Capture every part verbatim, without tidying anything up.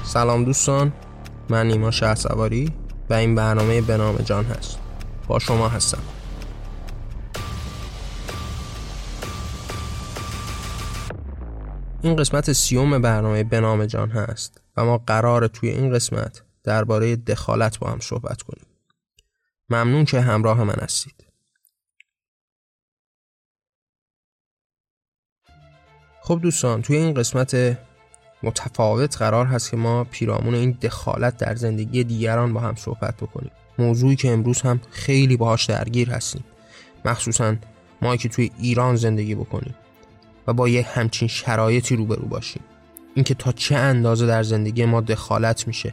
سلام دوستان، من نیما شهسواری و این برنامه به نام جان هست. با شما هستم. این قسمت سیوم برنامه به نام جان هست و ما قراره توی این قسمت درباره دخالت با هم صحبت کنیم. ممنون که همراه من هستید. خب دوستان، توی این قسمت متفاوت قرار هست که ما پیرامون این دخالت در زندگی دیگران با هم صحبت بکنیم. موضوعی که امروز هم خیلی باهاش درگیر هستیم، مخصوصا ما که توی ایران زندگی بکنیم و با یه همچین شرایطی روبرو باشیم. اینکه تا چه اندازه در زندگی ما دخالت میشه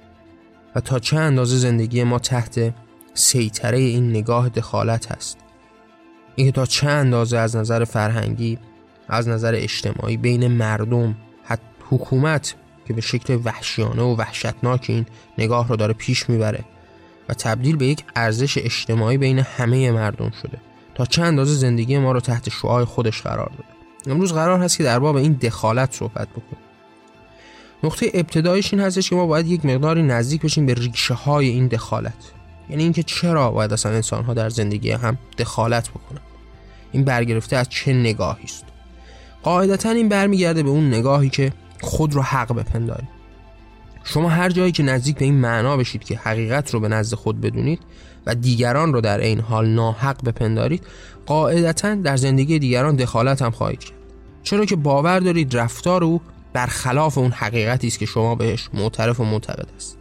و تا چه اندازه زندگی ما تحت سیطره این نگاه دخالت هست. اینکه تا چه اندازه از نظر فرهنگی، از نظر اجتماعی، بین مردم، حتی حکومت که به شکل وحشیانه و وحشتناک این نگاه رو داره پیش میبره و تبدیل به یک ارزش اجتماعی بین همه مردم شده، تا چه اندازه زندگی ما رو تحت شعاع خودش قرار داده. امروز قرار هست که در باب این دخالت صحبت بکنیم. نقطه ابتدایش این هستش که ما باید یک مقداری نزدیک بشیم به ریشه های این دخالت. یعنی اینکه چرا باید اصلا انسان ها در زندگی هم دخالت بکنن. این برگرفته از چه نگاهی است؟ قاعدتاً این برمیگرده به اون نگاهی که خود رو حق بپندارید. شما هر جایی که نزدیک به این معنا بشید که حقیقت رو به نزد خود بدونید و دیگران رو در این حال ناحق بپندارید، قاعدتاً در زندگی دیگران دخالت هم خواهید کرد. چرا که باور دارید رفتار او برخلاف اون حقیقتی است که شما بهش معترف و معتقد است.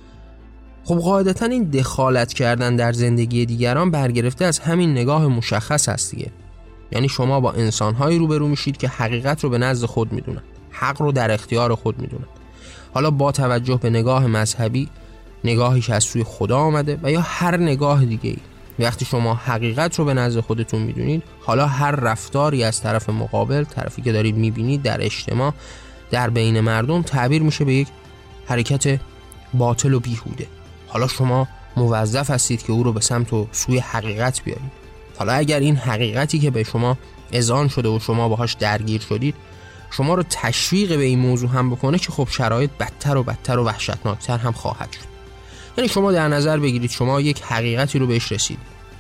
خب قاعدتاً این دخالت کردن در زندگی دیگران برگرفته از همین نگاه مشخص است دیگه. یعنی شما با انسان‌هایی روبرو میشید که حقیقت رو به نزد خود میدونن، حق رو در اختیار خود میدونن. حالا با توجه به نگاه مذهبی، نگاهی که از سوی خدا آمده و یا هر نگاه دیگه‌ای، وقتی شما حقیقت رو به نزد خودتون میدونید، حالا هر رفتاری از طرف مقابل، طرفی که دارید میبینید در اجتماع، در بین مردم، تعبیر میشه به یک حرکت باطل و بیهوده. حالا شما موظف هستید که او رو به سمت و سوی حقیقت بیارید. حالا اگر این حقیقتی که به شما اذعان شده و شما باهاش درگیر شدید شما رو تشویق به این موضوع هم بکنه، که خب شرایط بدتر و بدتر و وحشتناکتر هم خواهد شد. یعنی شما در نظر بگیرید شما یک حقیقتی رو بهش رسیدید.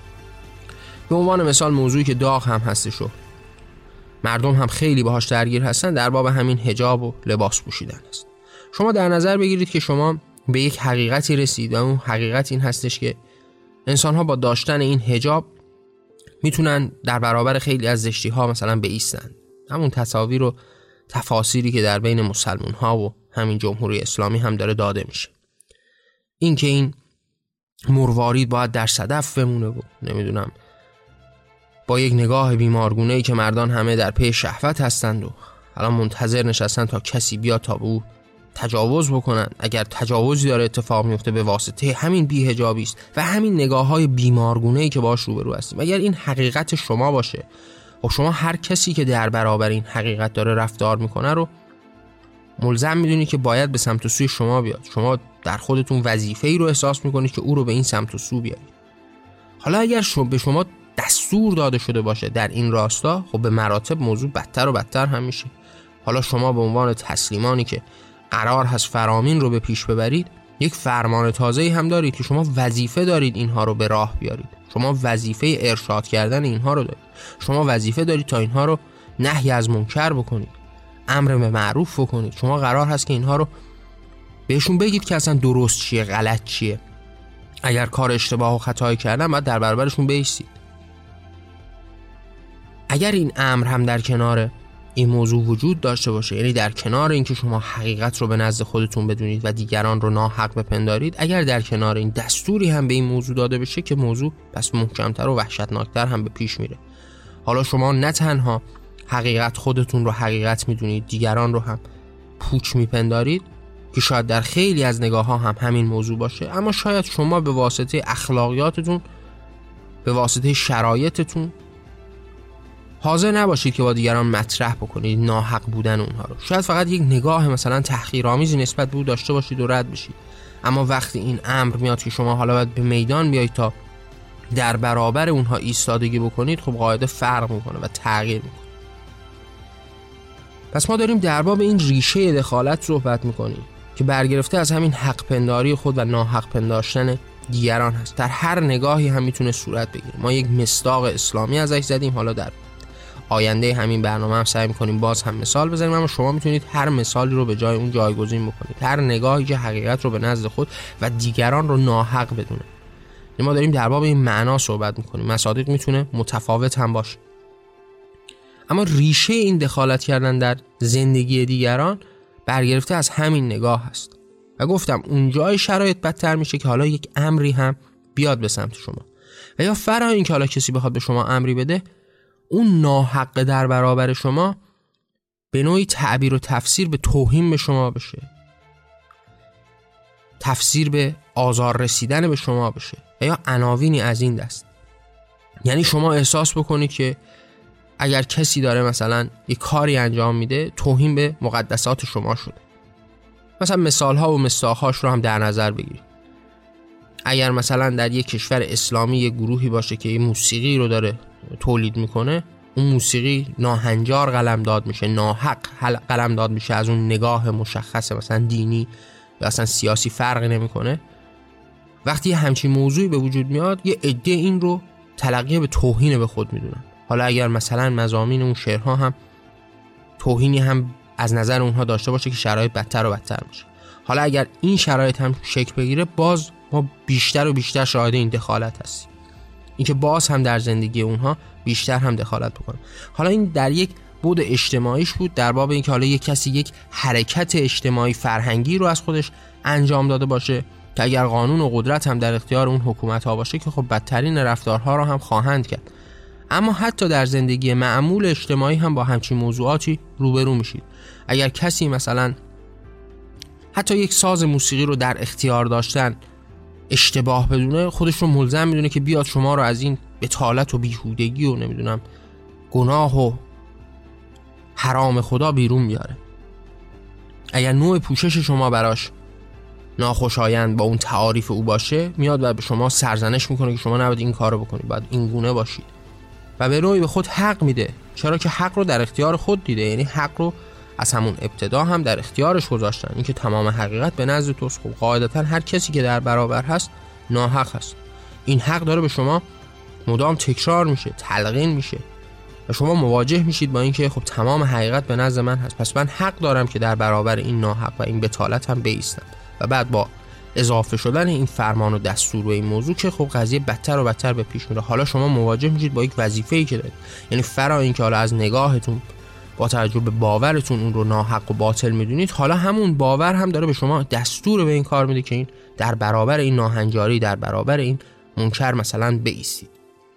به عنوان مثال موضوعی که داغ هم هستش و مردم هم خیلی باهاش درگیر هستن، در باب همین حجاب و لباس پوشیدن است. شما در نظر بگیرید که شما به یک حقیقتی رسید و اون حقیقت این هستش که انسان‌ها با داشتن این حجاب میتونن در برابر خیلی از زشتی ها مثلا بایستن. همون تصاویر و تفاسیری که در بین مسلمان ها و همین جمهوری اسلامی هم داره داده میشه، این که این مروارید باید در صدف بمونه و نمیدونم با یک نگاه بیمارگونه‌ای که مردان همه در پی شهوت هستند و الان منتظر نشستن تا کسی بیاد تا به او تجاوز بکنن. اگر تجاوزی داره اتفاق میفته به واسطه همین بی‌حجابی است و همین نگاه‌های بیمارگونه‌ای که باهاش روبرو هستیم. اگر این حقیقت شما باشه، و شما هر کسی که در برابر این حقیقت داره رفتار میکنه رو ملزم میدونید که باید به سمت و سوی شما بیاد. شما در خودتون وظیفه‌ای رو احساس میکنید که او رو به این سمت و سو بیارید. حالا اگر شما به شما دستور داده شده باشه در این راستا، خب به مراتب موضوع بدتر و بدتر هم میشه. حالا شما به عنوان تسلیمانی که قرار هست فرامین رو به پیش ببرید، یک فرمان تازه‌ای هم دارید که شما وظیفه دارید اینها رو به راه بیارید. شما وظیفه ارشاد کردن اینها رو دارید. شما وظیفه دارید تا اینها رو نهی از منکر بکنید، امر به معروف بکنید. شما قرار هست که اینها رو بهشون بگید که اصلا درست چیه، غلط چیه. اگر کار اشتباه و خطایی کردن باید در برابرشون بایستید. اگر این امر هم در کنار این موضوع وجود داشته باشه، یعنی در کنار اینکه شما حقیقت رو به نزد خودتون بدونید و دیگران رو ناحق بپندارید، اگر در کنار این دستوری هم به این موضوع داده بشه، که موضوع پس محکمتر و وحشتناکتر هم به پیش میره. حالا شما نه تنها حقیقت خودتون رو حقیقت میدونید، دیگران رو هم پوچ میپندارید، که شاید در خیلی از نگاه ها هم همین موضوع باشه، اما شاید شما به واسطه اخلاقیاتتون، به واسطه شرایطتون حاضر نباشید که با دیگران مطرح بکنید ناحق بودن اونها رو. شاید فقط یک نگاه مثلا تحقیرآمیزی نسبت به او داشته باشید و رد بشید. اما وقتی این امر میاد که شما حالا باید به میدان بیایید تا در برابر اونها ایستادگی بکنید، خب قاعده فرق میکنه و تغییر میکنه. پس ما داریم در باب این ریشه دخالت صحبت میکنیم که برگرفته از همین حق پنداری خود و ناحق پنداشتن دیگران هست. در هر نگاهی هم میتونه صورت بگیره. ما یک مصداق اسلامی ازش زدیم، حالا در آینده همین برنامه هم سعی می‌کنیم باز هم مثال بزنیم، اما شما میتونید هر مثالی رو به جای اون جایگزین بکنید. هر نگاهی که حقیقت رو به نزد خود و دیگران رو ناحق بدونه. ما داریم در باب این معنا صحبت می‌کنیم. مصادیق میتونه متفاوت هم باشه، اما ریشه این دخالت کردن در زندگی دیگران برگرفته از همین نگاه هست. و گفتم اونجای شرایط بدتر میشه که حالا یک امری هم بیاد به سمت شما، و یا فرا این که حالا کسی بخواد به شما امری بده، اون ناحق در برابر شما به نوعی تعبیر و تفسیر به توهین به شما بشه، تفسیر به آزار رسیدن به شما بشه، و یا عناوینی از این دست. یعنی شما احساس بکنید که اگر کسی داره مثلا یک کاری انجام میده، توهین به مقدسات شما شده. مثلا مثالها و مصداقهاش رو هم در نظر بگیرید. اگر مثلا در یک کشور اسلامی یک گروهی باشه که موسیقی رو داره تولید میکنه، اون موسیقی ناهنجار قلمداد میشه، ناحق قلمداد میشه، از اون نگاه مشخص مثلا دینی یا اصلا سیاسی فرقی نمیکنه. وقتی همچین موضوعی به وجود میاد، یه عده این رو تلقی به توهین به خود میدونن. حالا اگر مثلا مضامین اون شعرها هم توهینی هم از نظر اونها داشته باشه که شرایط بدتر و بدتر میشه، حالا اگر این شرایط هم شکل بگیره، باز ما بیشتر و بیشتر شاهد این دخالت هستیم، اینکه باز هم در زندگی اونها بیشتر هم دخالت بکنه. حالا این در یک بود اجتماعیش بود، در باب اینکه حالا یک کسی یک حرکت اجتماعی فرهنگی رو از خودش انجام داده باشه که اگر قانون و قدرت هم در اختیار اون حکومت ها باشه که خب بدترین رفتارها رو هم خواهند کرد. اما حتی در زندگی معمول اجتماعی هم با همچین موضوعاتی روبرو میشید. اگر کسی مثلا حتی یک ساز موسیقی رو در اختیار داشتن اشتباه بدونه، خودش رو ملزم میدونه که بیاد شما رو از این بتالت و بیهودگی و نمیدونم گناه و حرام خدا بیرون بیاره. اگر نوع پوشش شما براش ناخوشایند با اون تعاریف او باشه، میاد و به شما سرزنش میکنه که شما نباید این کارو بکنید، باید این گونه باشید، و به نوعی به خود حق میده، چرا که حق رو در اختیار خود دیده. یعنی حق رو از همون ابتدا هم در اختیارش گذاشتن، اینکه تمام حقیقت به نزد توست. خب قاعدتا هر کسی که در برابر هست ناحق هست. این حق داره به شما مدام تکرار میشه، تلقین میشه، و شما مواجه میشید با اینکه خب تمام حقیقت به نزد من هست، پس من حق دارم که در برابر این ناحق و این بتالت هم بایستم. و بعد با اضافه شدن این فرمان و دستور و این موضوع که خب قضیه بدتر و بدتر به پیش میره. حالا شما مواجه میشید با یک وظیفه‌ای که دارید، یعنی فرا اینکه حالا از نگاهتون با توجه به باورتون اون رو ناحق و باطل میدونید، حالا همون باور هم داره به شما دستور به این کار میده که این در برابر این ناهنجاری، در برابر این منکر مثلا بایستید.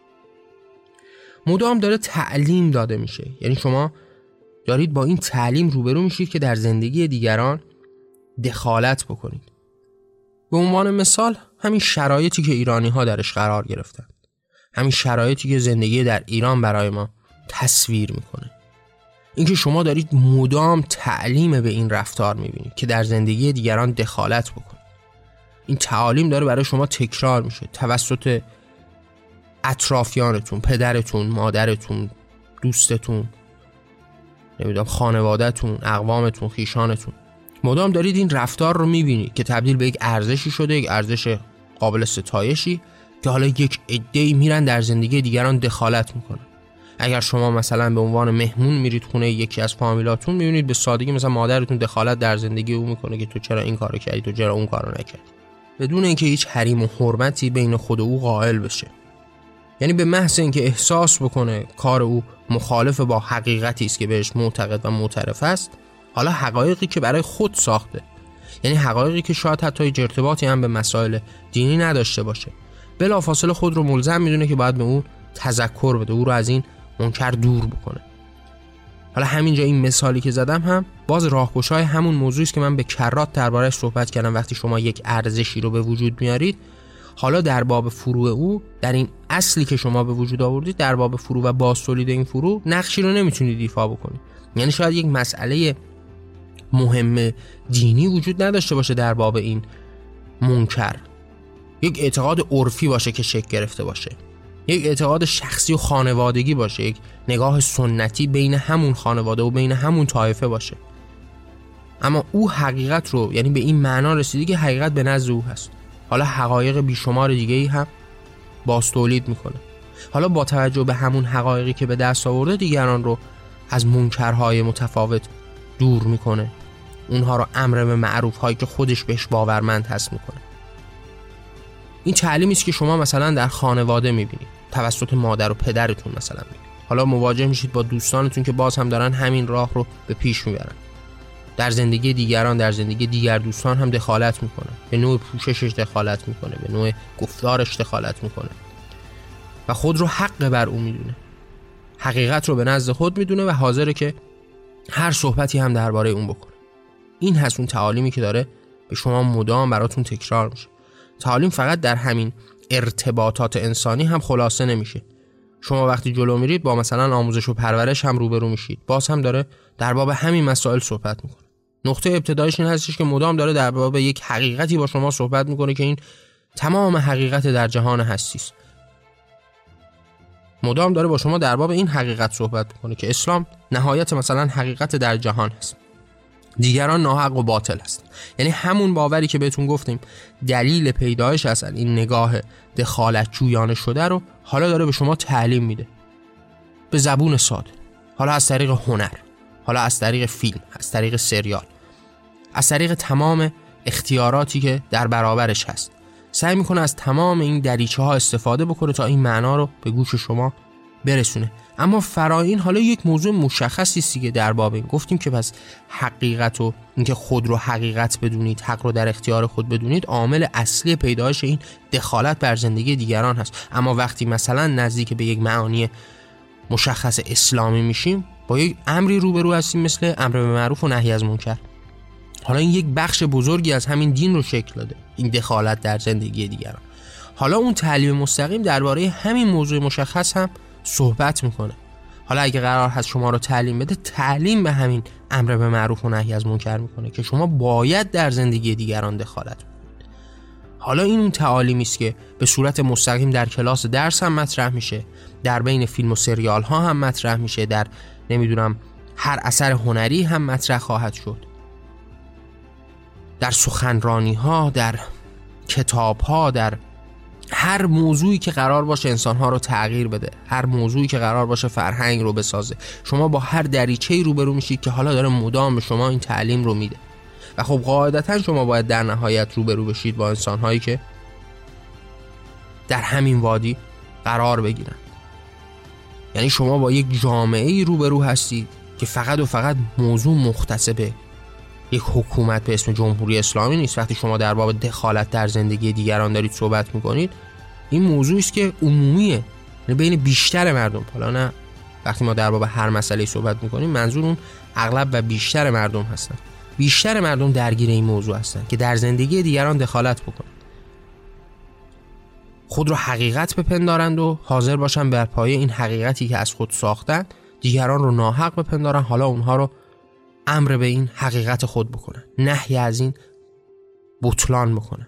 مدام داره تعلیم داده میشه، یعنی شما دارید با این تعلیم روبرو میشید که در زندگی دیگران دخالت بکنید. به عنوان مثال همین شرایطی که ایرانی ها درش قرار گرفتن، همین شرایطی که زندگی در ایران برای ما تصویر میکنه، اینکه شما دارید مدام تعلیم به این رفتار میبینید که در زندگی دیگران دخالت بکنید. این تعالیم داره برای شما تکرار میشه توسط اطرافیانتون، پدرتون، مادرتون، دوستتون، نمیدونم خانوادهتون، اقوامتون، خیشانتون. مدام دارید این رفتار رو میبینید که تبدیل به یک ارزشی شده، یک ارزش قابل ستایشی که حالا یک عده‌ای میرن در زندگی دیگران دخالت میکنن. اگر شما مثلا به عنوان مهمون میرید خونه یکی از فامیلاتون، میبینید به سادگی مثلا مادرتون دخالت در زندگی او میکنه که تو چرا این کارو کردی، تو چرا اون کارو نکردی، بدون اینکه هیچ حریم و حرمتی بین خود و او قائل بشه. یعنی به محض اینکه احساس بکنه کار او مخالف با حقیقتی است که بهش معتقد و معترف است، حالا حقایقی که برای خود ساخته، یعنی حقایقی که شاید حتی هیچ ارتباطی هم به مسائل دینی نداشته باشه، بلافاصله خود رو ملزم میدونه که باید به اون تذکر بده، او رو از این منکر دور بکنه. حالا همینجا این مثالی که زدم هم باز راهگشای همون موضوعی است که من به کرات درباره‌اش صحبت کردم. وقتی شما یک ارزشی رو به وجود میارید، حالا در باب فروع او، در این اصلی که شما به وجود آوردید، در باب فروع و بازتولید این فروع نقشی رو نمیتونید ایفا بکنید. یعنی شاید یک مسئله مهم دینی وجود نداشته باشه در باب این منکر، یک اعتقاد عرفی باشه که شکل گرفته باشه، یک اعتقاد شخصی و خانوادگی باشه، یک نگاه سنتی بین همون خانواده و بین همون طایفه باشه. اما او حقیقت رو، یعنی به این معنا رسیده که حقیقت به نزد او هست. حالا حقایق بیشمار دیگه ای هم باز تولید میکنه. حالا با توجه به همون حقایقی که به دست آورده دیگران رو از منکرهای متفاوت دور میکنه، اونها رو امر به معروف هایی که خودش بهش باورمند هست میکنه. این تعلیمی است که شما مثلا در خانواده میبینید توسط مادر و پدرتون مثلا میبینید. حالا مواجه میشید با دوستانتون که باز هم دارن همین راه رو به پیش میبرن. در زندگی دیگران، در زندگی دیگر دوستان هم دخالت میکنه، به نوع پوششش دخالت میکنه، به نوع گفتارش دخالت میکنه و خود رو حق بر اون میدونه، حقیقت رو به نزد خود میدونه و حاضره که هر صحبتی هم درباره اون بکنه. این هست اون تعالیمی که داره به شما مدام براتون تکرار میشه. تعالیم فقط در همین ارتباطات انسانی هم خلاصه نمیشه. شما وقتی جلو میرید با مثلا آموزش و پرورش هم روبرو میشید، باز هم داره در باب همین مسائل صحبت میکنه. نقطه ابتدایش این هستش که مدام داره در باب یک حقیقتی با شما صحبت میکنه که این تمام حقیقت در جهان هستی است. مدام داره با شما در باب این حقیقت صحبت میکنه که اسلام نهایت مثلا حقیقت در جهان هست، دیگران ناحق و باطل است. یعنی همون باوری که بهتون گفتیم دلیل پیدایش اصلا این نگاه دخالت جویانه شده رو حالا داره به شما تعلیم میده به زبون ساده، حالا از طریق هنر، حالا از طریق فیلم، از طریق سریال، از طریق تمام اختیاراتی که در برابرش هست. سعی میکنه از تمام این دریچه ها استفاده بکنه تا این معنا رو به گوش شما برسونه. اما فرا این حالا یک موضوع مشخصی است که در باب این گفتیم که پس حقیقت و اینکه خود رو حقیقت بدونید، حق رو در اختیار خود بدونید، عامل اصلی پیدایش این دخالت بر زندگی دیگران هست. اما وقتی مثلا نزدیک به یک معانی مشخص اسلامی میشیم، با یک امری روبرو هستیم مثل امر به معروف و نهی از منکر. حالا این یک بخش بزرگی از همین دین رو شکل داده، این دخالت در زندگی دیگران. حالا اون تعلیم مستقیم درباره همین موضوع مشخص هم صحبت میکنه. حالا اگه قرار هست شما رو تعلیم بده، تعلیم به همین امر به معروف و نهی از منکر میکنه که شما باید در زندگی دیگران دخالت کنید. حالا این اون تعالیمی است که به صورت مستقیم در کلاس درس هم مطرح میشه، در بین فیلم و سریال ها هم مطرح میشه، در نمیدونم هر اثر هنری هم مطرح خواهد شد، در سخنرانی ها، در کتاب ها، در هر موضوعی که قرار باشه انسان‌ها رو تغییر بده، هر موضوعی که قرار باشه فرهنگ رو بسازه، شما با هر دریچه‌ای روبرو میشید که حالا داره مدام به شما این تعلیم رو میده. و خب قاعدتاً شما باید در نهایت روبرو بشید با انسان‌هایی که در همین وادی قرار بگیرن. یعنی شما با یک جامعه‌ای روبرو هستید که فقط و فقط موضوع مختص به یک حکومت به اسم جمهوری اسلامی نیست. وقتی شما در باب دخالت در زندگی دیگران دارید صحبت میکنید، این موضوعی است که عمومیه، یعنی بین بیشتر مردم. حالا نه وقتی ما در باب هر مسئله صحبت میکنیم منظور اون اغلب و بیشتر مردم هستن. بیشتر مردم درگیر این موضوع هستن که در زندگی دیگران دخالت بکنن، خود رو حقیقت بپندارند و حاضر باشن بر پایه این حقیقتی که از خود ساختن دیگران رو ناحق بپندارن، حالا اونها رو امر به این حقیقت خود بکنن، نهی از این بطلان بکنن.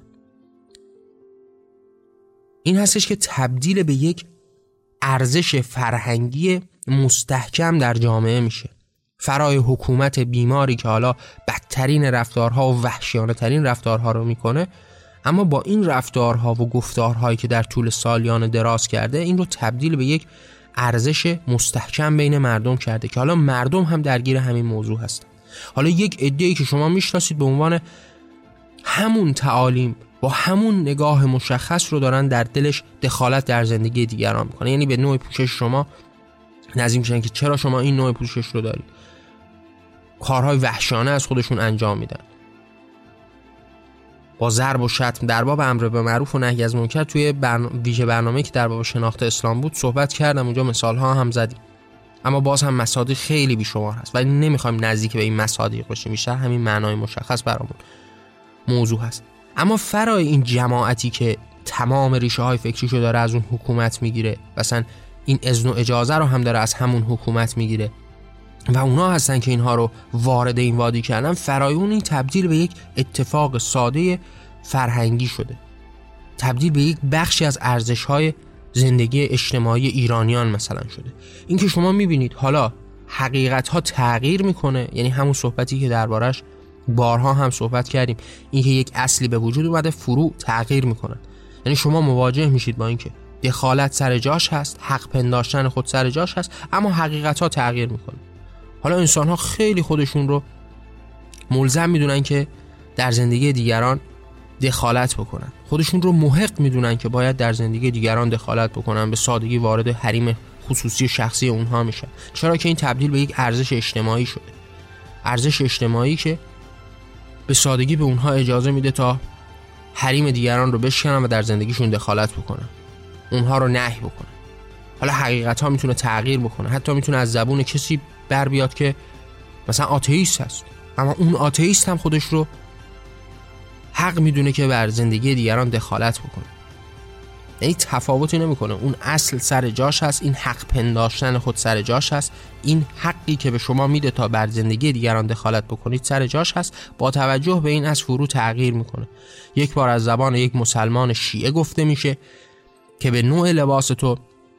این هستش که تبدیل به یک ارزش فرهنگی مستحکم در جامعه میشه. فرای حکومت بیماری که حالا بدترین رفتارها و وحشیانه ترین رفتارها رو میکنه، اما با این رفتارها و گفتارهایی که در طول سالیان دراز کرده این رو تبدیل به یک ارزش مستحکم بین مردم کرده که حالا مردم هم درگیر همین موضوع هستن. حالا یک عده‌ای که شما میشناسید به عنوان همون تعالیم با همون نگاه مشخص رو دارن در دلش دخالت در زندگی دیگران میکنه. یعنی به نوع پوشش شما نظیر میشن که چرا شما این نوع پوشش رو دارید، کارهای وحشیانه از خودشون انجام میدن، با ضرب و شتم. در باب امر به معروف و نهی از منکر توی برنامه ویژه برنامه‌ای که در باب شناخت اسلام بود صحبت کردم، اونجا مثال‌ها هم زدیم، اما باز هم مصادیق خیلی بیشمار هست ولی نمیخوایم نزدیک به این مصادیق باشیم، بیشتر همین معنای مشخص برامون موضوع هست. اما فرای این جماعتی که تمام ریشه های فکریشو داره از اون حکومت میگیره، مثلا این اذن و اجازه رو هم داره از همون حکومت میگیره و اونا هستن که اینها رو وارد این وادی کردن، فرای اون این تبدیل به یک اتفاق ساده فرهنگی شده، تبدیل به یک بخشی از ارزش‌های زندگی اجتماعی ایرانیان مثلا شده. این که شما میبینید حالا حقیقت‌ها تغییر میکنه، یعنی همون صحبتی که دربارش بارها هم صحبت کردیم اینکه یک اصلی به وجود اومده فروع تغییر میکنن. یعنی شما مواجه میشید با اینکه دخالت سر جاش هست، حق پنداشتن خود سر جاش هست، اما حقیقت ها تغییر میکنه. حالا انسان ها خیلی خودشون رو ملزم میدونن که در زندگی دیگران دخالت بکنن، خودشون رو محق میدونن که باید در زندگی دیگران دخالت بکنن، به سادگی وارد حریم خصوصی شخصی اونها میشن. چرا که این تبدیل به یک ارزش اجتماعی شده، ارزش اجتماعی که به سادگی به اونها اجازه میده تا حریم دیگران رو بشکنن و در زندگیشون دخالت بکنن، اونها رو نهی بکنن. حالا حقیقت ها میتونه تغییر بکنه، حتی میتونه از زبون کسی بر بیاد که مثلا آتئیست هست، اما اون آتئیست هم خودش رو حق میدونه که بر زندگی دیگران دخالت بکنه. یعنی تفاوتی نمیکنه، اون اصل سر جاش هست، این حق پنداشتن خود سر جاش هست، این حقی که به شما میده تا بر زندگی دیگران دخالت بکنید سر جاش هست. با توجه به این از فرو تغییر میکنه. یک بار از زبان یک مسلمان شیعه گفته میشه که به نوع لباس تو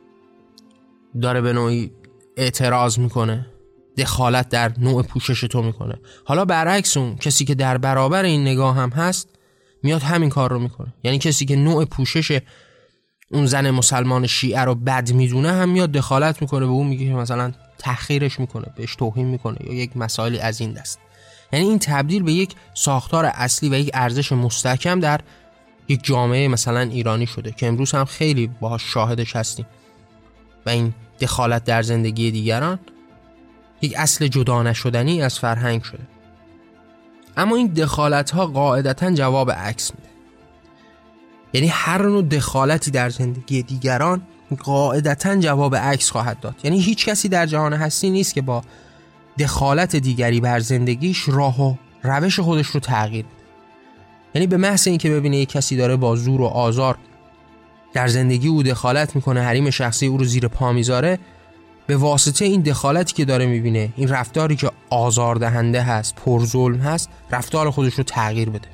داره به نوعی اعتراض میکنه، دخالت در نوع پوشش تو میکنه. حالا برعکس اون کسی که در برابر این نگاه هم هست میاد همین کار رو میکنه. یعنی کسی که نوع پوشش اون زن مسلمان شیعه رو بد میدونه هم میاد دخالت میکنه، به اون میگه که مثلا تحقیرش میکنه، بهش توهین میکنه یا یک مسائلی از این دست. یعنی این تبدیل به یک ساختار اصلی و یک ارزش مستحکم در یک جامعه مثلا ایرانی شده که امروز هم خیلی باهاش شاهدش هستیم و این دخالت در زندگی دیگران یک اصل جدا نشدنی از فرهنگ شده. اما این دخالت ها قاعدتاً جواب عکس میده. یعنی هر نوع دخالتی در زندگی دیگران قاعدتاً جواب عکس خواهد داد. یعنی هیچ کسی در جهان هستی نیست که با دخالت دیگری بر زندگیش راه و روش خودش رو تغییر بده. یعنی به محض اینکه ببینه یک کسی داره با زور و آزار در زندگی او دخالت میکنه، حریم شخصی او رو زیر پا میذاره، به واسطه این دخالتی که داره میبینه، این رفتاری که آزاردهنده هست، پر ظلم هست، رفتار خودش رو تغییر بده.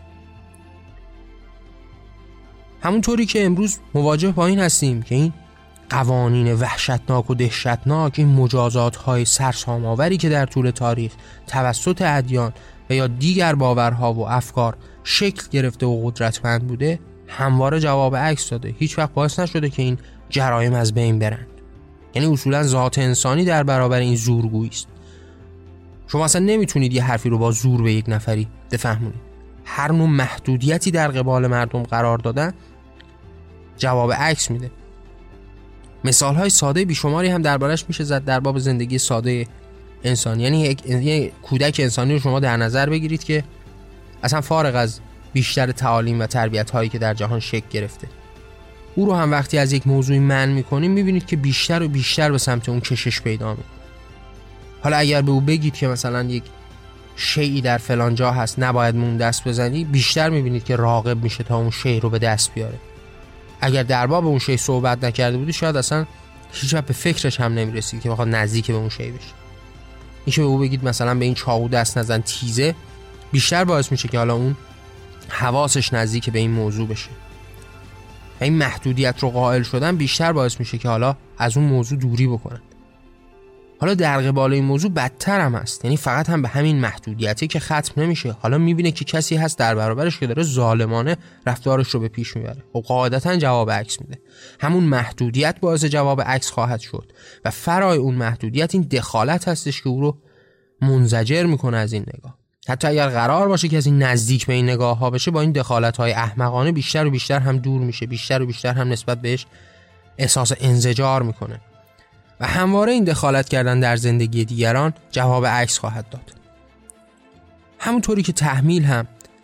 همونطوری که امروز مواجه با این هستیم که این قوانین وحشتناک و دهشتناک، این مجازات های سرسام‌آوری که در طول تاریخ توسط ادیان و یا دیگر باورها و افکار شکل گرفته و قدرتمند بوده، همواره جواب عکس داده. هیچ وقت باعث نشده که این جرایم از بین برند. یعنی اصولا ذات انسانی در برابر این زورگویی است. شما اصلا نمیتونید یه حرفی رو با زور به یک نفری بفهمونید. هر نوع محدودیتی در قبال مردم قرار دادن جواب عکس میده. مثال های ساده بیشماری هم دربارش میشه زد در باب زندگی ساده انسان. یعنی یک یک کودک انسانی رو شما در نظر بگیرید که اصلا فارغ از بیشتر تعالیم و تربیت هایی که در جهان شکل گرفته، او رو هم وقتی از یک موضوعی منع میکنیم میبینید که بیشتر و بیشتر به سمت اون کشش پیدا میکنه. حالا اگر به او بگید که مثلا یک شیئی در فلان جا هست نباید مون دست بزنی، بیشتر میبینید که راغب میشه تا اون شی رو به دست بیاره. اگر در باب اون شی صحبت نکرده بودی شاید اصلا هیچ وقت به فکرش هم نمیرسید که بخواد نزدیک به اون شی بشه. اینکه به او بگید مثلا به این چاقو دست نزن، تیزه، بیشتر باعث میشه که حالا اون حواسش نزدیک به این موضوع بشه. و این محدودیت رو قائل شدن بیشتر باعث میشه که حالا از اون موضوع دوری بکنن. حالا در قبال این موضوع بدتر هم هست. یعنی فقط هم به همین محدودیتی که ختم نمیشه، حالا میبینه که کسی هست در برابرش که داره ظالمانه رفتارش رو به پیش میبره و قاعدتا جواب عکس میده. همون محدودیت باعث جواب عکس خواهد شد و فرای اون محدودیت این دخالت هستش که او رو منزجر میکنه از این نگاه. حتی اگر قرار باشه که از این نزدیک به این نگاه ها بشه، با این دخالت های احمقانه بیشتر و بیشتر هم دور میشه، بیشتر و بیشتر هم نسبت بهش احساس انزجار میکنه و همواره این دخالت کردن در زندگی دیگران جواب عکس خواهد داد. همونطوری که تحمیل هم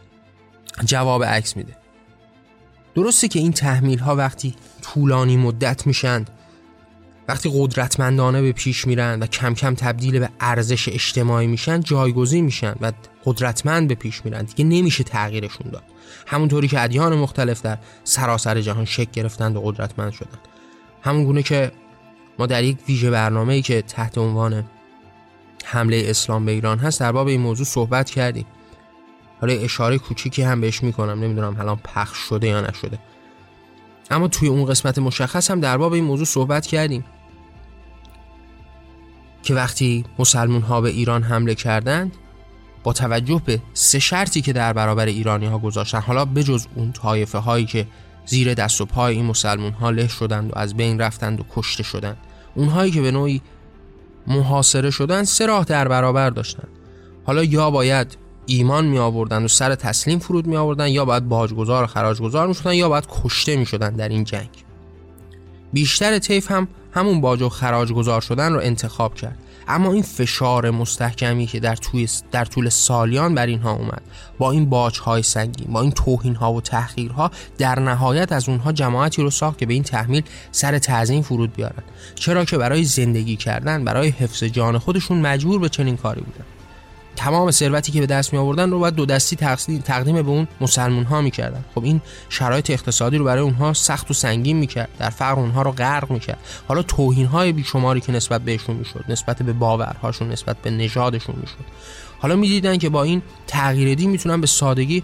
جواب عکس میده. درسته که این تحمیل ها وقتی طولانی مدت میشن، وقتی قدرتمندانه به پیش میرن و کم کم تبدیل به ارزش اجتماعی میشن، جایگزین میشن و قدرتمند به پیش میرن، دیگه نمیشه تغییرشون داد. همونطوری که ادیان مختلف در سراسر جهان شکل گرفتند و قدرتمند شدند. همون گونه که ما در یک ویژه برنامه‌ای که تحت عنوان حمله اسلام به ایران هست در باب این موضوع صحبت کردیم. حالا اشاره کوچیکی هم بهش میکنم، نمیدونم الان پخش شده یا نشده، اما توی اون قسمت مشخص هم در باب این موضوع صحبت کردیم که وقتی مسلمان ها به ایران حمله کردند، با توجه به سه شرطی که در برابر ایرانی ها گذاشتن، حالا بجز اون طایفه هایی که زیر دست و پای این مسلمان ها له شدند و از بین رفتند و کشته شدند، اونهایی که به نوعی محاصره شدن، سه راه در برابر داشتن. حالا یا باید ایمان می آوردن و سر تسلیم فرود می آوردن، یا باید باجگذار و خراجگذار می شدن، یا باید کشته می شدن در این جنگ. بیشتر طیف هم همون باج و خراجگذار شدن رو انتخاب کرد. اما این فشار مستحکمی که در طول در طول سالیان بر اینها اومد، با این باج‌های سنگین، با این توهین‌ها و تحقیرها، در نهایت از اونها جماعتی رو ساخت که به این تحمیل سر تعظیم فرود بیارن، چرا که برای زندگی کردن، برای حفظ جان خودشون مجبور به چنین کاری بودن. تمام ثروتی که به دست می آوردن رو باید دو دستی تقدیم به اون مسلمان ها میکردن. خب این شرایط اقتصادی رو برای اونها سخت و سنگین میکرد، در فقر اونها رو غرق میکرد. حالا توهین های بیشماری که نسبت بهشون میشد، نسبت به باورهاشون، نسبت به نژادشون میشد. حالا میدیدن که با این تغییر دین میتونن به سادگی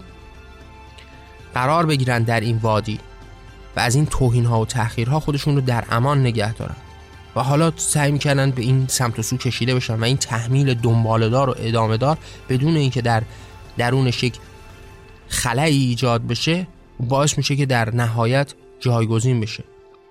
قرار بگیرن در این وادی و از این توهین ها و تحقیرها خودشون رو در امان نگه دارن. و حالا سعی می‌کردن به این سمت و سو کشیده بشن و این تحمیل دنباله‌دار و ادامه‌دار بدون اینکه در درونش یک خلایی ایجاد بشه باعث میشه که در نهایت جایگزین بشه.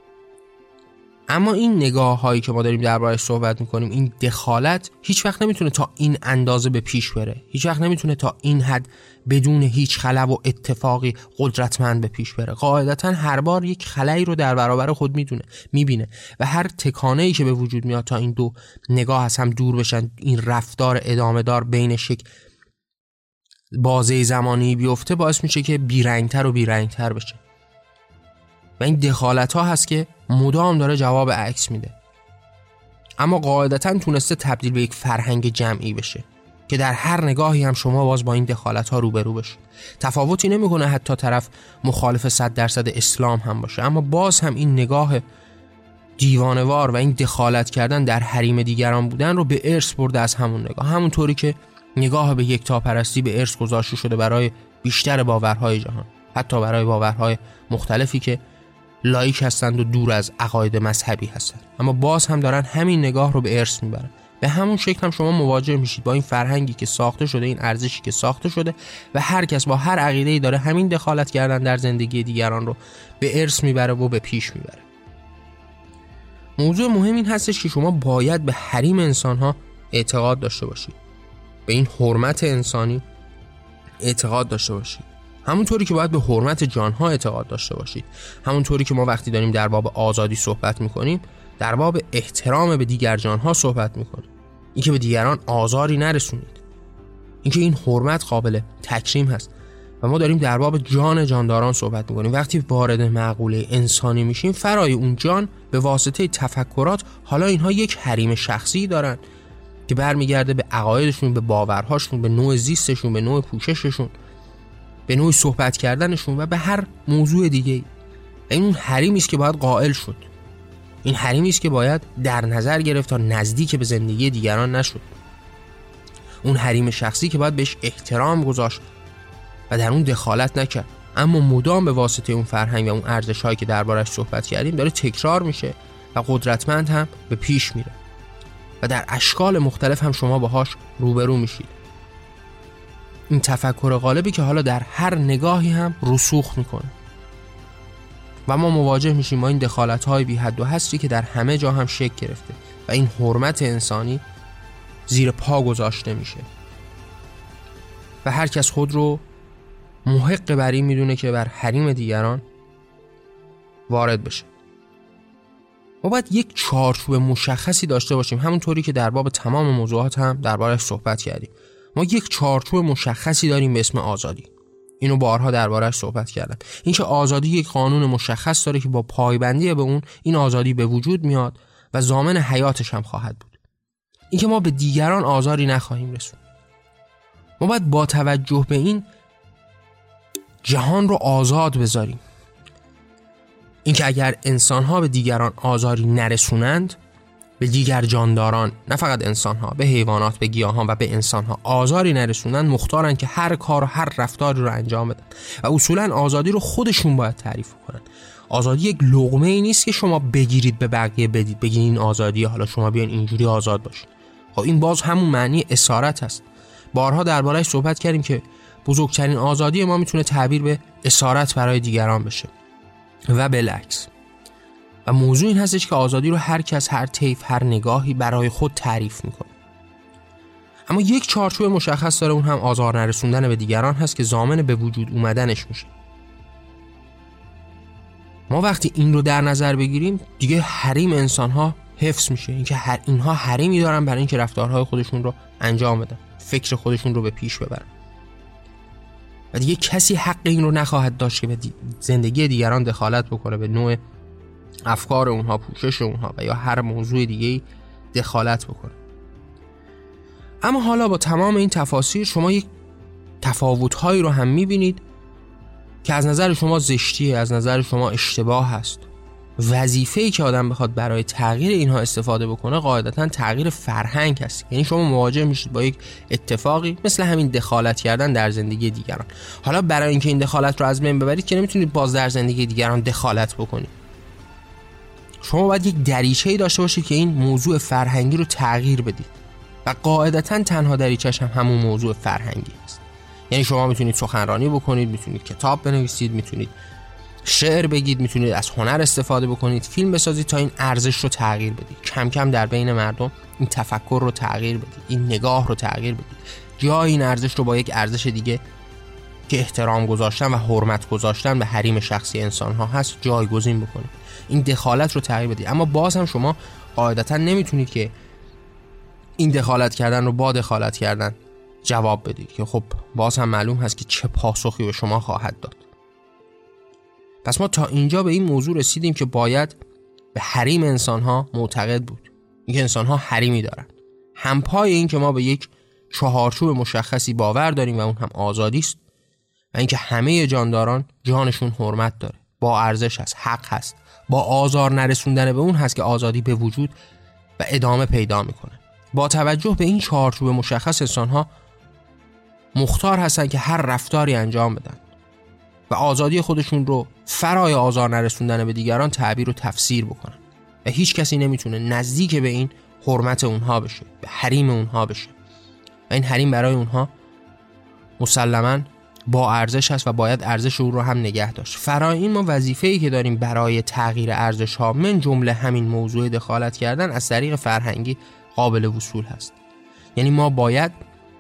اما این نگاه‌هایی که ما داریم درباره‌اش صحبت می‌کنیم، این دخالت هیچ وقت نمیتونه تا این اندازه به پیش بره، هیچ وقت نمیتونه تا این حد بدون هیچ خلا و اتفاقی قدرتمند به پیش بره. قاعدتاً هر بار یک خلایی رو در برابر خود میدونه میبینه و هر تکانه‌ای که به وجود میاد تا این دو نگاه از هم دور بشن، این رفتار ادامه‌دار بینش یک بازه زمانی بیفته، باعث میشه که بیرنگتر و بیرنگتر بشه. و این دخالت ها هست که مدام داره جواب عکس میده، اما قاعدتاً تونسته تبدیل به یک فرهنگ جمعی بشه که در هر نگاهی هم شما باز با این دخالت ها روبرو بشید. تفاوتی نمیکنه حتی طرف مخالف صد درصد اسلام هم باشه، اما باز هم این نگاه دیوانوار و این دخالت کردن در حریم دیگران بودن رو به ارث برده از همون نگاه. همونطوری که نگاه به یکتاپرستی به ارث گذاشته شده برای بیشتر باورهای جهان، حتی برای باورهای مختلفی که لایک هستند و دور از عقاید مذهبی هستند، اما باز هم دارن همین نگاه رو به ارث میبرن. به همون شکل هم شما مواجه میشید با این فرهنگی که ساخته شده، این ارزشی که ساخته شده و هر کس با هر عقیده‌ای داره همین دخالت کردن در زندگی دیگران رو به ارث میبره و به پیش میبره. موضوع مهم این هستش که شما باید به حریم انسان‌ها اعتقاد داشته باشید، به این حرمت انسانی اعتقاد داشته باشید، همونطوری که باید به حرمت جانها اعتقاد داشته باشید. همونطوری که ما وقتی داریم در باب آزادی صحبت میکنیم، در باب احترام به دیگر جانها صحبت میکنیم، اینکه به دیگران آزاری نرسونید، اینکه این حرمت قابل تکریم هست. و ما داریم در باب جان جانداران صحبت میکنیم. وقتی وارد معقوله انسانی میشیم، فرای اون جان به واسطه تفکرات، حالا اینها یک حریم شخصی دارن که برمیگرده به عقایدشون، به باورهاشون، به نوع زیستشون، به نوع پوشششون، به نوع صحبت کردنشون و به هر موضوع دیگه. این اون حریمی است که باید قائل شد، این حریمی است که باید در نظر گرفت تا نزدیک به زندگی دیگران نشد، اون حریم شخصی که باید بهش احترام گذاشت و در اون دخالت نکرد. اما مدام به واسطه اون فرهنگ و اون ارزش‌هایی که دربارش صحبت کردیم داره تکرار میشه و قدرتمند هم به پیش میره و در اشکال مختلف هم شما باهاش روبرو میشید. این تفکر غالبی که حالا در هر نگاهی هم رسوخ میکنه و ما مواجه میشیم با این دخالت‌های بی حد و حصری که در همه جا هم شکل گرفته و این حرمت انسانی زیر پا گذاشته میشه و هر کس خود رو محق بر این میدونه که بر حریم دیگران وارد بشه. ما باید یک چارچوب مشخصی داشته باشیم، همونطوری که در باب تمام موضوعات هم دربارش صحبت کردیم. ما یک چارچوب مشخصی داریم به اسم آزادی. اینو بارها دربارش صحبت کردم. اینکه آزادی یک قانون مشخص داره که با پایبندی به اون این آزادی به وجود میاد و ضامن حیاتش هم خواهد بود. اینکه ما به دیگران آزاری نخواهیم رسوند. ما باید با توجه به این جهان رو آزاد بذاریم. اینکه اگر انسان‌ها به دیگران آزاری نرسونند، به دیگر جانداران، نه فقط انسان‌ها، به حیوانات، به گیاهان و به انسان‌ها آزاری نرسونند، مختارن که هر کار و هر رفتاری رو انجام بدن و اصولاً آزادی رو خودشون باید تعریف کنن. آزادی یک لقمه ای نیست که شما بگیرید به بقیه بدید، بگین این آزادیه، حالا شما بیاین اینجوری آزاد باشین. خب این باز همون معنی اسارت هست. بارها درباره‌اش صحبت کردیم که بزرگترین آزادی ما میتونه تعبیر به اسارت برای دیگران بشه و بالعکس. و موضوع این هستش که آزادی رو هر کس، هر طیف، هر نگاهی برای خود تعریف میکنه. اما یک چارچوب مشخص داره، اون هم آزار نرسوندن به دیگران هست که ضامن به وجود اومدنش میشه. ما وقتی این رو در نظر بگیریم دیگه حریم انسان‌ها حفظ میشه، اینکه هر اینها حریمی دارن برای اینکه رفتارهای خودشون رو انجام بدن، فکر خودشون رو به پیش ببرن. و دیگه کسی حق این رو نخواهد داشت که به زندگی دیگران دخالت بکنه، به نوع افکار اونها، پوشش اونها و یا هر موضوع دیگه‌ای دخالت بکنه. اما حالا با تمام این تفاصیل شما یک تفاوت‌هایی رو هم می‌بینید که از نظر شما زشتیه، از نظر شما اشتباه هست. وظیفه‌ای که آدم بخواد برای تغییر اینها استفاده بکنه قاعدتاً تغییر فرهنگ هست. یعنی شما مواجه میشید با یک اتفاقی مثل همین دخالت کردن در زندگی دیگران. حالا برای اینکه این دخالت رو از بین ببرید که نمیتونید باز در زندگی دیگران دخالت بکنید. شما باید یک دریچه‌ای داشته باشید که این موضوع فرهنگی رو تغییر بدید. و قاعدتاً تنها دریچه‌اش هم همون موضوع فرهنگی است. یعنی شما میتونید سخنرانی بکنید، میتونید کتاب بنویسید، میتونید شعر بگید، میتونید از هنر استفاده بکنید، فیلم بسازید تا این ارزش رو تغییر بدید. کم کم در بین مردم این تفکر رو تغییر بدید، این نگاه رو تغییر بدید. جای این ارزش رو با یک ارزش دیگه که احترام گذاشتن و حرمت گذاشتن به حریم شخصی انسان‌ها هست جایگزین بکنید. این دخالت رو تغییر بدید. اما باز هم شما قاعدتاً نمیتونید که این دخالت کردن رو با دخالت کردن جواب بدید که خب باز هم معلوم هست که چه پاسخی به شما خواهد داد. پس ما تا اینجا به این موضوع رسیدیم که باید به حریم انسان‌ها معتقد بود، اینکه انسان‌ها حریمی دارند. همپای این که ما به یک چهارچوب مشخصی باور داریم و اون هم آزادی است و اینکه همه جانداران جانشون حرمت داره، با ارزش هست، حق هست، با آزار نرسوندن به اون هست که آزادی به وجود و ادامه پیدا میکنه. با توجه به این چهارچوب مشخص انسان‌ها مختار هستن که هر رفتاری انجام بدن و آزادی خودشون رو فرای آزار نرسوندن به دیگران تعبیر و تفسیر بکنن و هیچ کسی نمیتونه نزدیک به این حرمت اونها بشه، به حریم اونها بشه و این حریم برای اونها مسلماً با ارزش هست و باید ارزش اون رو هم نگه داشت. فرای این ما وظیفه‌ای که داریم برای تغییر ارزش ها من جمله همین موضوع دخالت کردن از طریق فرهنگی قابل وصول هست. یعنی ما باید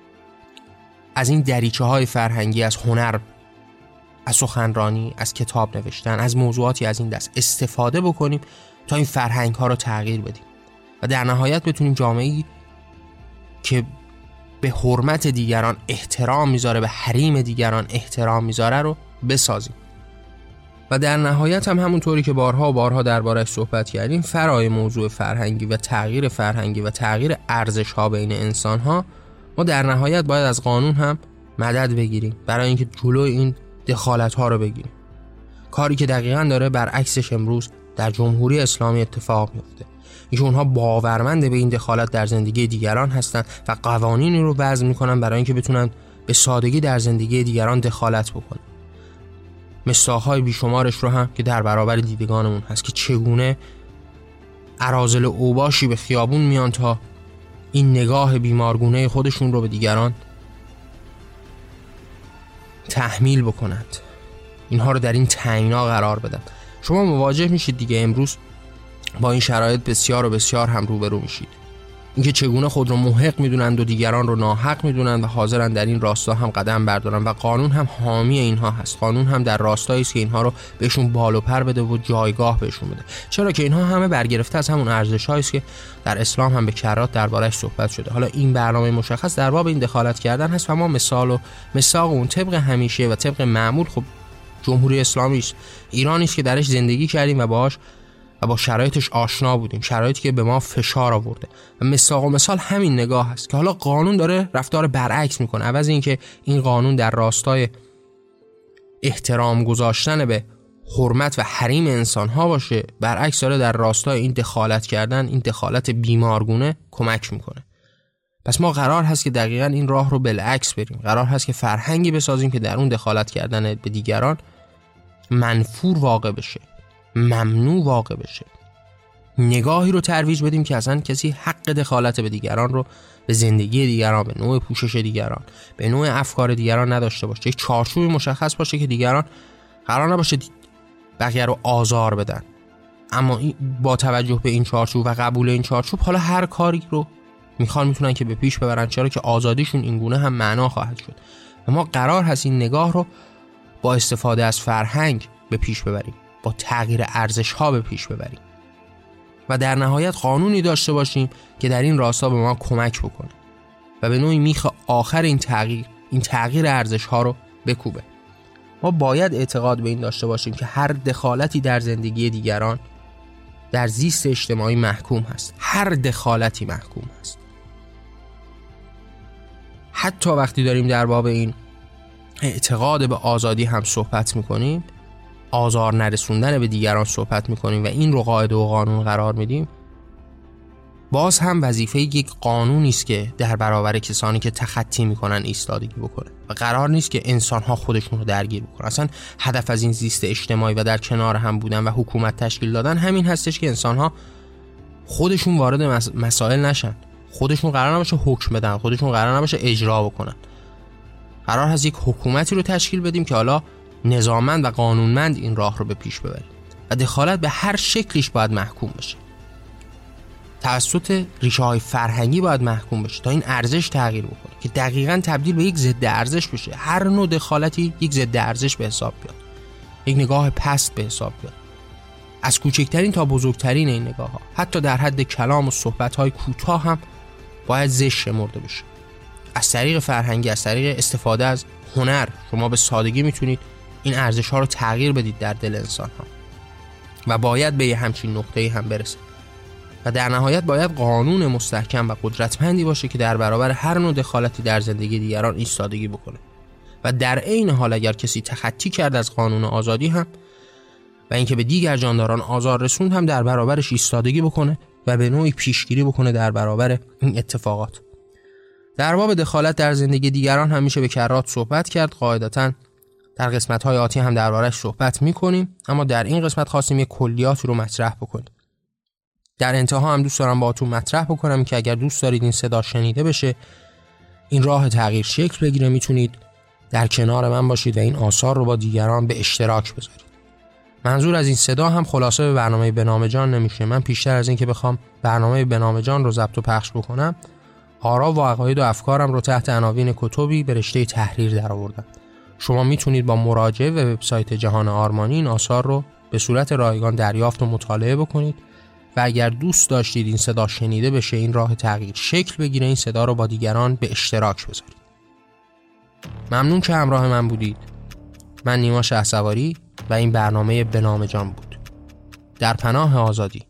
از این دریچه های فرهنگی، از هنر، از سخنرانی، از کتاب نوشتن، از موضوعاتی از این دست استفاده بکنیم تا این فرهنگ ها رو تغییر بدیم و در نهایت بتونیم جامعه‌ای که به حرمت دیگران احترام میذاره، به حریم دیگران احترام میذاره رو بسازیم. و در نهایت هم همونطوری که بارها و بارها درباره‌اش صحبت کردیم، فرای موضوع فرهنگی و تغییر فرهنگی و تغییر ارزش ها بین انسان ها، ما در نهایت باید از قانون هم مدد بگیریم برای اینکه جلوی این دخالت ها رو بگیریم. کاری که دقیقاً داره برعکسش امروز در جمهوری اسلامی اتفاق میفته. اینکه اونها باورمند به این دخالت در زندگی دیگران هستن و قوانینی رو وضع میکنن برای اینکه بتونن به سادگی در زندگی دیگران دخالت بکنن. مثال‌های بیشمارش رو هم که در برابر دیدگانمون هست که چگونه اراذل اوباشی به خیابون میان تا این نگاه بیمارگونه خودشون رو به دیگران تحمیل بکنند، اینها رو در این تعیینا قرار بدن. شما مواجه میشید دیگه امروز با این شرایط بسیار و بسیار هم روبرو میشید، اینکه چگونه خود رو محق میدونند و دیگران رو ناحق میدونند و حاضرن در این راستا هم قدم بردارن و قانون هم حامی اینها هست. قانون هم در راستایی است که اینها رو بهشون بال و پر بده و جایگاه بهشون بده، چرا که اینها همه برگرفته از همون ارزش‌هایی است که در اسلام هم به کرات درباره‌اش صحبت شده. حالا این برنامه مشخص در باب این دخالت کردن هست و ما مثال و مساق اون طبق همیشه و طبق معمول خب جمهوری اسلامی است، ایرانی است که درش زندگی کردیم و باهاش و با شرایطش آشنا بودیم، شرایطی که به ما فشار آورده و مساق و مثال همین نگاه هست که حالا قانون داره رفتار برعکس میکنه. عوض اینکه این قانون در راستای احترام گذاشتن به حرمت و حریم انسان ها باشه، برعکس داره در راستای این دخالت کردن، این دخالت بیمارگونه کمک میکنه. پس ما قرار هست که دقیقاً این راه رو بالعکس بریم. قرار هست که فرهنگی بسازیم که در اون دخالت کردن به دیگران منفور واقع بشه، ممنوع واقع بشه. نگاهی رو ترویج بدیم که اصلا کسی حق دخالت به دیگران رو، به زندگی دیگران، به نوع پوشش دیگران، به نوع افکار دیگران نداشته باشه. یک چارچوبی مشخص باشه که دیگران قرار نباشه بقیه رو آزار بدن، اما با توجه به این چارچوب و قبول این چارچوب حالا هر کاری رو میخوان میتونن که به پیش ببرن، چرا که آزادیشون اینگونه هم معنا خواهد شد. و ما قرار هست این نگاه رو با استفاده از فرهنگ به پیش ببریم، با تغییر ارزش ها به پیش ببریم و در نهایت قانونی داشته باشیم که در این راستا به ما کمک بکنه و به نوعی میخ آخر این تغییر این تغییر ارزش ها رو بکوبه. ما باید اعتقاد به این داشته باشیم که هر دخالتی در زندگی دیگران در زیست اجتماعی محکوم هست. هر دخالتی محکوم هست. حتی وقتی داریم در باب این اعتقاد به آزادی هم صحبت میکنیم، آزار نرسوندن به دیگران صحبت میکنیم و این رو قاعده و قانون قرار میدیم، باز هم وظیفه یک قانونی است که در برابر کسانی که تخطی میکنن ایستادگی بکنه و قرار نیست که انسانها خودشون رو درگیر بکنن. اصلا هدف از این زیست اجتماعی و در کنار هم بودن و حکومت تشکیل دادن همین هستش که انسانها خودشون وارد مس... مسائل نشن، خودشون قرار نباشه حکم بدن، خودشون قرار نباشه اجرا بکنن. قرار هست یک حکومتی رو تشکیل بدیم که حالا نظاممند و قانونمند این راه رو به پیش ببریم و دخالت به هر شکلیش باید محکوم بشه. توسط ریشه های فرهنگی باید محکوم بشه تا این ارزش تغییر بکنه که دقیقاً تبدیل به یک ضد ارزش بشه. هر نوع دخالتی یک ضد ارزش به حساب بیاد، یک نگاه پست به حساب بیاد، از کوچکترین تا بزرگترین این نگاه ها، حتی در حد کلام و صحبت های کوتاه هم باید زشت شمرده بشه. از طریق فرهنگی، از طریق استفاده از هنر، شما به سادگی میتونید این ارزش ها رو تغییر بدید در دل انسان ها و باید به یه همچین نقطه‌ای هم برسه. و در نهایت باید قانون مستحکم و قدرتمندی باشه که در برابر هر نوع دخالتی در زندگی دیگران ایستادگی بکنه و در عین حال اگر کسی تخطی کرد از قانون آزادی هم و اینکه به دیگر جانداران آزار رسوند هم در برابرش ایستادگی بکنه و به نوعی پیشگیری بکنه در برابر این اتفاقات. در باب دخالت در زندگی دیگران همیشه به کرات صحبت کرد. قاعدتاً در قسمت‌های آتی هم درباره‌اش صحبت می‌کنیم، اما در این قسمت خواستیم یک کلیات رو مطرح بکنیم. در انتها هم دوست دارم باهاتون مطرح بکنم که اگر دوست دارید این صدا شنیده بشه، این راه تغییر شکل بگیره، میتونید در کنار من باشید و این آثار رو با دیگران به اشتراک بذارید. منظور از این صدا هم خلاصه به برنامه به نام جان نمیشه. من پیشتر از این که بخوام برنامه به نام جان رو ضبط و پخش بکنم، آرا و عقاید و افکارم رو تحت عناوین کتبی به رشته تحریر درآوردم. شما میتونید با مراجعه به وبسایت جهان آرمانی این آثار رو به صورت رایگان دریافت و مطالعه بکنید و اگر دوست داشتید این صدا شنیده بشه، این راه تغییر شکل بگیره، این صدا رو با دیگران به اشتراک بذارید. ممنون که همراه من بودید. من نیما شهسواری و این برنامه به نام جان بود. در پناه آزادی.